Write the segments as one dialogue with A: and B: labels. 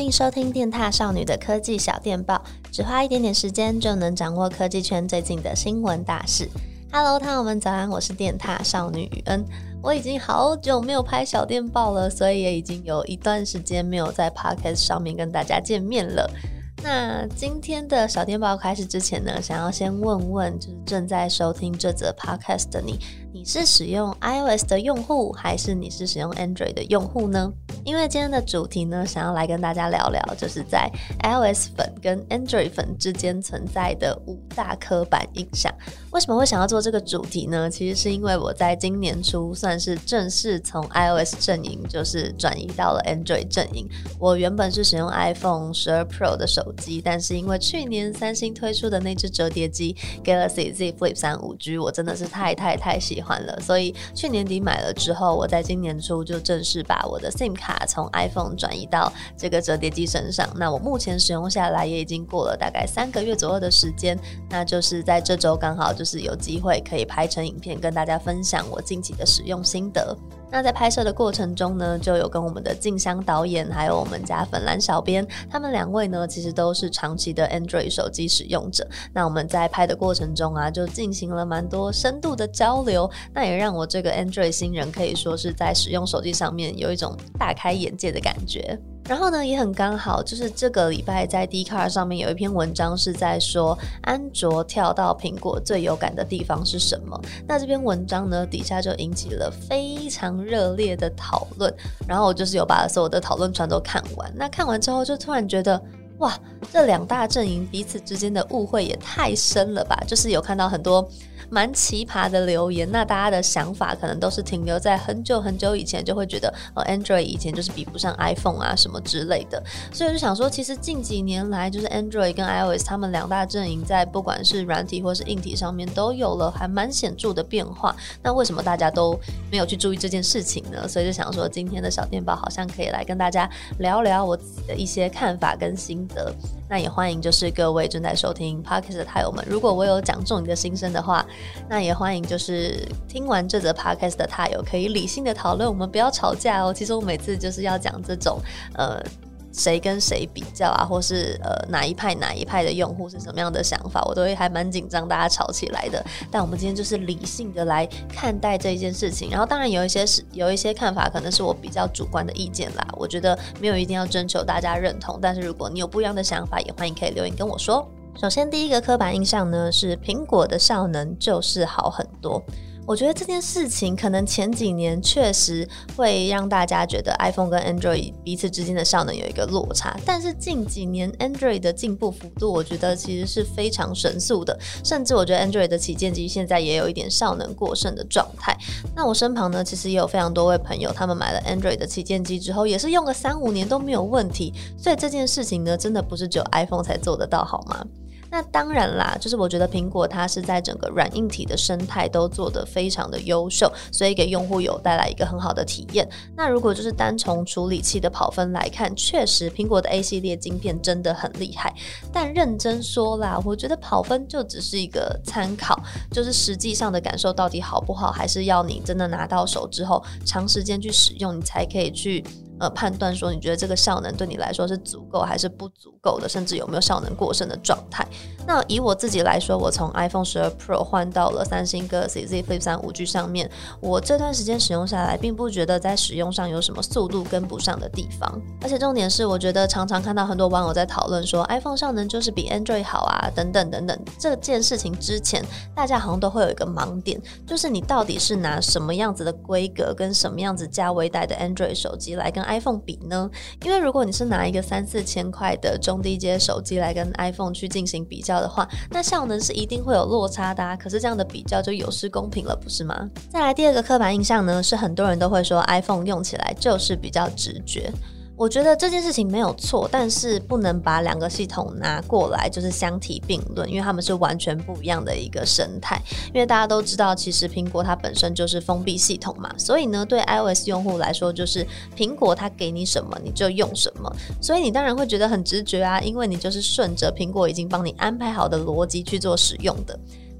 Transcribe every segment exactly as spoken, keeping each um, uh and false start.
A: 迎收听电踏少女的科技小电报，只花一点点时间就能掌握科技圈最近的新闻大事。Hello， ท่们早安，我是电踏少女雨恩。我已经好久没有拍小电报了，所以也已经有一段时间没有在 Podcast 上面跟大家见面了。那今天的小电报开始之前呢，想要先问问就是正在收听这则 Podcast 的你，你是使用 iOS 的用户还是你是使用 Android 的用户呢？因为今天的主题呢，想要来跟大家聊聊就是在 iOS 粉跟 Android 粉之间存在的五大刻板印象。为什么会想要做这个主题呢？其实是因为我在今年初算是正式从 iOS 阵营就是转移到了 Android 阵营。我原本是使用 iPhone 十二 Pro 的手机，但是因为去年三星推出的那只折叠机 Galaxy Z Flip 三 五 G 我真的是太太太喜欢了，所以去年底买了之后，我在今年初就正式把我的 SIM 卡从 iPhone 转移到这个折叠机身上。那我目前使用下来也已经过了大概三个月左右的时间，那就是在这周刚好就是有机会可以拍成影片跟大家分享我近期的使用心得。那在拍摄的过程中呢，就有跟我们的静香导演还有我们家粉蓝小编，他们两位呢其实都是长期的 Android 手机使用者。那我们在拍的过程中啊，就进行了蛮多深度的交流，那也让我这个 Android 新人可以说是在使用手机上面有一种大开眼界的感觉。然后呢，也很刚好，就是这个礼拜在 Dcard 上面有一篇文章是在说安卓跳到苹果最有感的地方是什么。那这篇文章呢，底下就引起了非常热烈的讨论，然后我就是有把所有的讨论串都看完。那看完之后就突然觉得，哇，这两大阵营彼此之间的误会也太深了吧，就是有看到很多蛮奇葩的留言，那大家的想法可能都是停留在很久很久以前，就会觉得、哦、Android 以前就是比不上 iPhone 啊什么之类的。所以我就想说，其实近几年来就是 Android 跟 iOS 他们两大阵营在不管是软体或是硬体上面都有了还蛮显著的变化，那为什么大家都没有去注意这件事情呢？所以就想说今天的小电报好像可以来跟大家聊聊我自己的一些看法跟心得。那也欢迎就是各位正在收听 Podcast 的泰友们，如果我有讲中你的心声的话，那也欢迎就是听完这则 Podcast 的泰友可以理性的讨论，我们不要吵架哦。其实我每次就是要讲这种呃谁跟谁比较啊，或是呃哪一派哪一派的用户是什么样的想法，我都会还蛮紧张大家吵起来的。但我们今天就是理性的来看待这一件事情，然后当然有一些是有一些看法可能是我比较主观的意见啦，我觉得没有一定要征求大家认同，但是如果你有不一样的想法，也欢迎可以留言跟我说。首先第一个刻板印象呢，是苹果的效能就是好很多。我觉得这件事情可能前几年确实会让大家觉得 iPhone 跟 Android 彼此之间的效能有一个落差，但是近几年 Android 的进步幅度我觉得其实是非常神速的，甚至我觉得 Android 的旗舰机现在也有一点效能过剩的状态。那我身旁呢其实也有非常多位朋友，他们买了 Android 的旗舰机之后也是用了三五年都没有问题，所以这件事情呢真的不是只有 iPhone 才做得到好吗？那当然啦，就是我觉得苹果它是在整个软硬体的生态都做得非常的优秀，所以给用户有带来一个很好的体验。那如果就是单从处理器的跑分来看，确实苹果的 A 系列晶片真的很厉害，但认真说啦，我觉得跑分就只是一个参考，就是实际上的感受到底好不好，还是要你真的拿到手之后长时间去使用，你才可以去呃，判断说你觉得这个效能对你来说是足够还是不足够的，甚至有没有效能过剩的状态。那以我自己来说，我从 iPhone 十二 Pro 换到了三星 Galaxy Z Flip 三 五 G 上面，我这段时间使用下来并不觉得在使用上有什么速度跟不上的地方，而且重点是我觉得常常看到很多网友在讨论说 iPhone 效能就是比 Android 好啊等等等等，这件事情之前大家好像都会有一个盲点，就是你到底是拿什么样子的规格跟什么样子价位带的 Android 手机来跟 iPhone 比呢？因为如果你是拿一个三四千块的中低阶手机来跟 iPhone 去进行比较的话，那效能是一定会有落差的啊，可是这样的比较就有失公平了，不是吗？再来第二个刻板印象呢，是很多人都会说 iPhone 用起来就是比较直觉。我觉得这件事情没有错，但是不能把两个系统拿过来就是相提并论，因为他们是完全不一样的一个生态。因为大家都知道其实苹果它本身就是封闭系统嘛，所以呢对 iOS 用户来说就是苹果它给你什么你就用什么，所以你当然会觉得很直觉啊，因为你就是顺着苹果已经帮你安排好的逻辑去做使用的。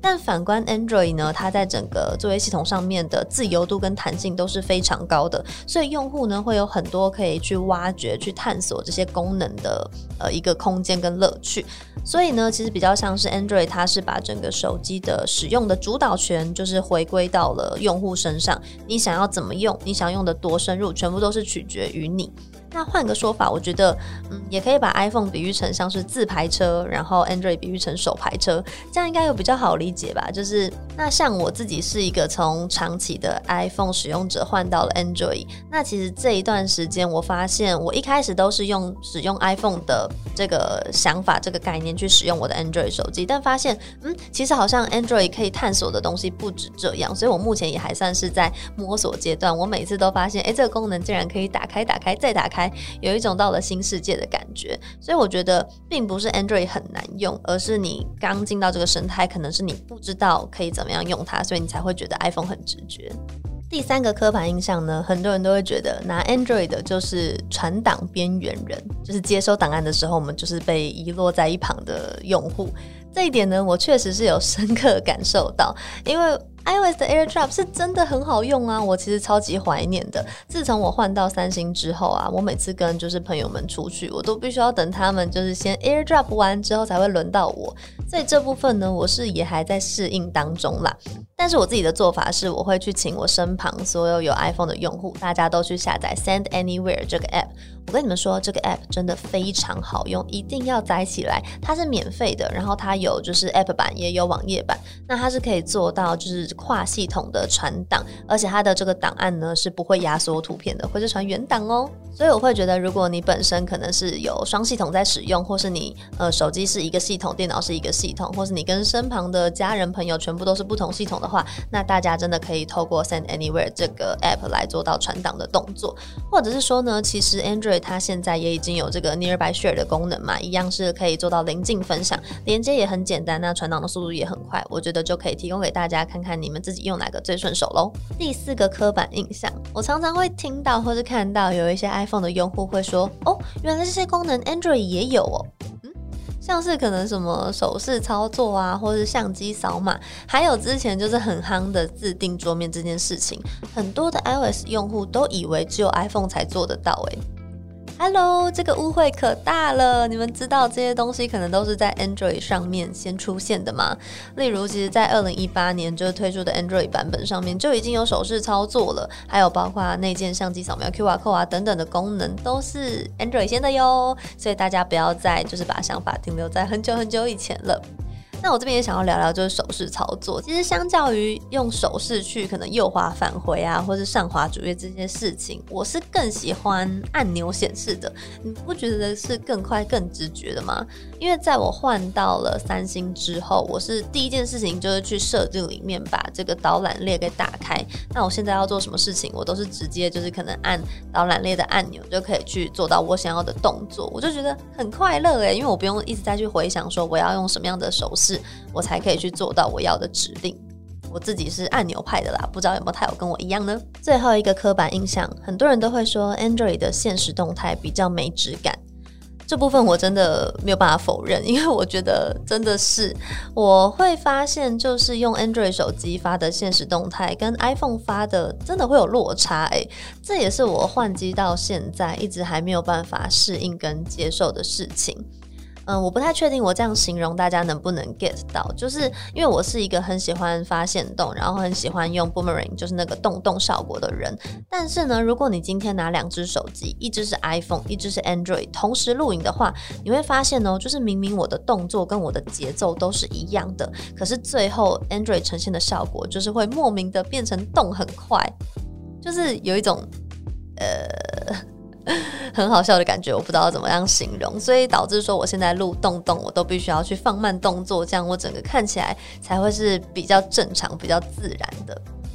A: 但反观 Android 呢，它在整个作业系统上面的自由度跟弹性都是非常高的，所以用户呢会有很多可以去挖掘、去探索这些功能的呃一个空间跟乐趣。所以呢，其实比较像是 Android， 它是把整个手机的使用的主导权就是回归到了用户身上，你想要怎么用，你想用的多深入，全部都是取决于你。那换个说法，我觉得嗯，也可以把 iPhone 比喻成像是自排车，然后 Android 比喻成手排车，这样应该有比较好理解吧。就是那像我自己是一个从长期的 iPhone 使用者换到了 Android， 那其实这一段时间我发现我一开始都是用使用 iPhone 的这个想法这个概念去使用我的 Android 手机，但发现嗯，其实好像 Android 可以探索的东西不止这样，所以我目前也还算是在摸索阶段。我每次都发现哎，这个功能竟然可以打开打开再打开，有一种到了新世界的感觉。所以我觉得并不是 Android 很难用，而是你刚进到这个生态，可能是你不知道可以怎么样用它，所以你才会觉得 iPhone 很直觉。第三个刻板印象呢，很多人都会觉得拿 Android 的就是传档边缘人，就是接收档案的时候我们就是被遗落在一旁的用户。这一点呢，我确实是有深刻感受到，因为iOS 的 AirDrop 是真的很好用啊，我其实超级怀念的。自从我换到三星之后啊，我每次跟就是朋友们出去，我都必须要等他们就是先 AirDrop 完之后才会轮到我，所以这部分呢，我是也还在适应当中啦。但是我自己的做法是，我会去请我身旁所有有 iPhone 的用户，大家都去下载 Send Anywhere 这个 app。我跟你们说，这个 app 真的非常好用，一定要载起来。它是免费的，然后它有就是 app 版也有网页版，那它是可以做到就是跨系统的传档，而且它的这个档案呢是不会压缩图片的，会是传原档哦。所以我会觉得，如果你本身可能是有双系统在使用，或是你呃手机是一个系统，电脑是一个系统，或是你跟身旁的家人朋友全部都是不同系统的话，那大家真的可以透过 Send Anywhere 这个 app 来做到传档的动作。或者是说呢，其实 Android 它现在也已经有这个 Nearby Share 的功能嘛，一样是可以做到邻近分享，连接也很简单，那传档的速度也很快，我觉得就可以提供给大家看看你们自己用哪个最顺手咯。第四个刻板印象，我常常会听到或是看到有一些 iPhone 的用户会说，哦，原来这些功能 Android 也有哦。像是可能什么手势操作啊，或是相机扫码，还有之前就是很夯的自定桌面这件事情，很多的 iOS 用户都以为只有 iPhone 才做得到欸。Hello， 这个误会可大了！你们知道这些东西可能都是在 Android 上面先出现的吗？例如，其实在二零一八年就推出的 Android 版本上面就已经有手势操作了，还有包括内建相机扫描 Q R code 啊等等的功能都是 Android 先的哟。所以大家不要再就是把想法停留在很久很久以前了。那我这边也想要聊聊就是手势操作，其实相较于用手势去可能右滑返回啊，或是上滑主页这些事情，我是更喜欢按钮显示的。你不觉得是更快更直觉的吗？因为在我换到了三星之后，我是第一件事情就是去设定里面把这个导览列给打开。那我现在要做什么事情，我都是直接就是可能按导览列的按钮就可以去做到我想要的动作，我就觉得很快乐耶，因为我不用一直再去回想说我要用什么样的手势我才可以去做到我要的指令。我自己是按钮派的啦，不知道有没有太有跟我一样呢？最后一个刻板印象，很多人都会说 Android 的限时动态比较没质感，这部分我真的没有办法否认，因为我觉得真的是我会发现就是用 Android 手机发的限时动态跟 iPhone 发的真的会有落差欸，这也是我换机到现在一直还没有办法适应跟接受的事情。嗯，我不太确定我这样形容大家能不能 get 到，就是因为我是一个很喜欢发现动，然后很喜欢用 boomerang 就是那个动动效果的人，但是呢，如果你今天拿两只手机，一只是 iPhone 一只是 Android 同时录影的话，你会发现哦，就是明明我的动作跟我的节奏都是一样的，可是最后 Android 呈现的效果就是会莫名的变成动很快，就是有一种呃很好笑的感觉，我不知道怎么样形容，所以导致说我现在录动动我都必须要去放慢动作，这样我整个看起来才会是比较正常比较自然的。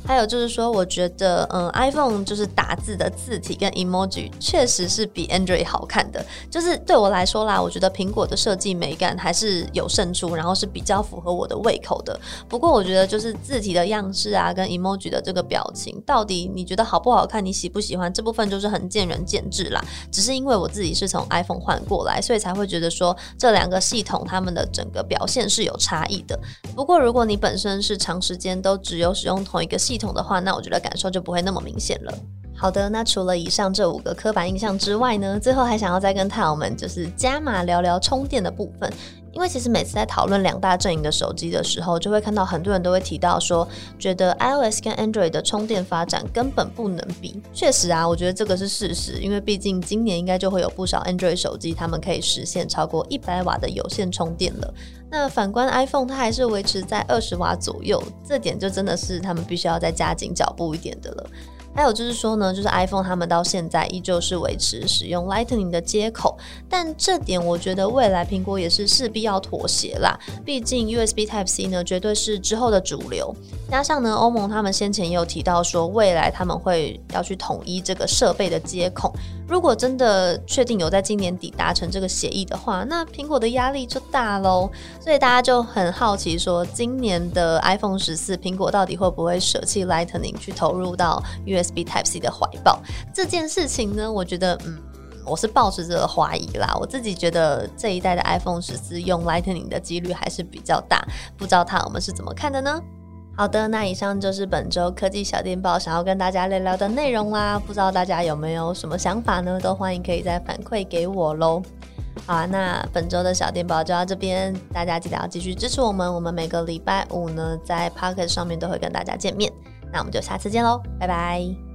A: 还有就是说我觉得嗯 iPhone 就是打字的字体跟 emoji 确实是比 Android 好看的，就是对我来说啦，我觉得苹果的设计美感还是有胜出，然后是比较符合我的胃口的。不过我觉得就是字体的样式啊跟 emoji 的这个表情，到底你觉得好不好看，你喜不喜欢，这部分就是很见仁见智啦。只是因为我自己是从 iPhone 换过来，所以才会觉得说这两个系统它们的整个表现是有差异的。不过如果你本身是长时间都只有使用同一个系统的话，那我觉得感受就不会那么明显了。好的，那除了以上这五个刻板印象之外呢，最后还想要再跟太友们就是加码聊聊充电的部分。因为其实每次在讨论两大阵营的手机的时候，就会看到很多人都会提到说，觉得 iOS 跟 Android 的充电发展根本不能比。确实啊，我觉得这个是事实，因为毕竟今年应该就会有不少 Android 手机，他们可以实现超过一百瓦的有线充电了。那反观 iPhone 它还是维持在二十瓦左右，这点就真的是他们必须要再加紧脚步一点的了。还有就是说呢，就是 iPhone 他们到现在依旧是维持使用 Lightning 的接口，但这点我觉得未来苹果也是势必要妥协啦，毕竟 U S B Type-C 呢绝对是之后的主流，加上呢欧盟他们先前也有提到说未来他们会要去统一这个设备的接孔，如果真的确定有在今年底达成这个协议的话，那苹果的压力就大咯。所以大家就很好奇说今年的 iPhone 十四苹果到底会不会舍弃 Lightning 去投入到 U S B Type-C 的怀抱，这件事情呢我觉得嗯我是抱持着怀疑啦，我自己觉得这一代的 iPhone 十四用 Lightning 的几率还是比较大，不知道他我们是怎么看的呢？好的，那以上就是本周科技小电报想要跟大家聊聊的内容啦，不知道大家有没有什么想法呢，都欢迎可以再反馈给我咯。好啊，那本周的小电报就到这边，大家记得要继续支持我们，我们每个礼拜五呢在 Podcast 上面都会跟大家见面，那我们就下次见咯，拜拜。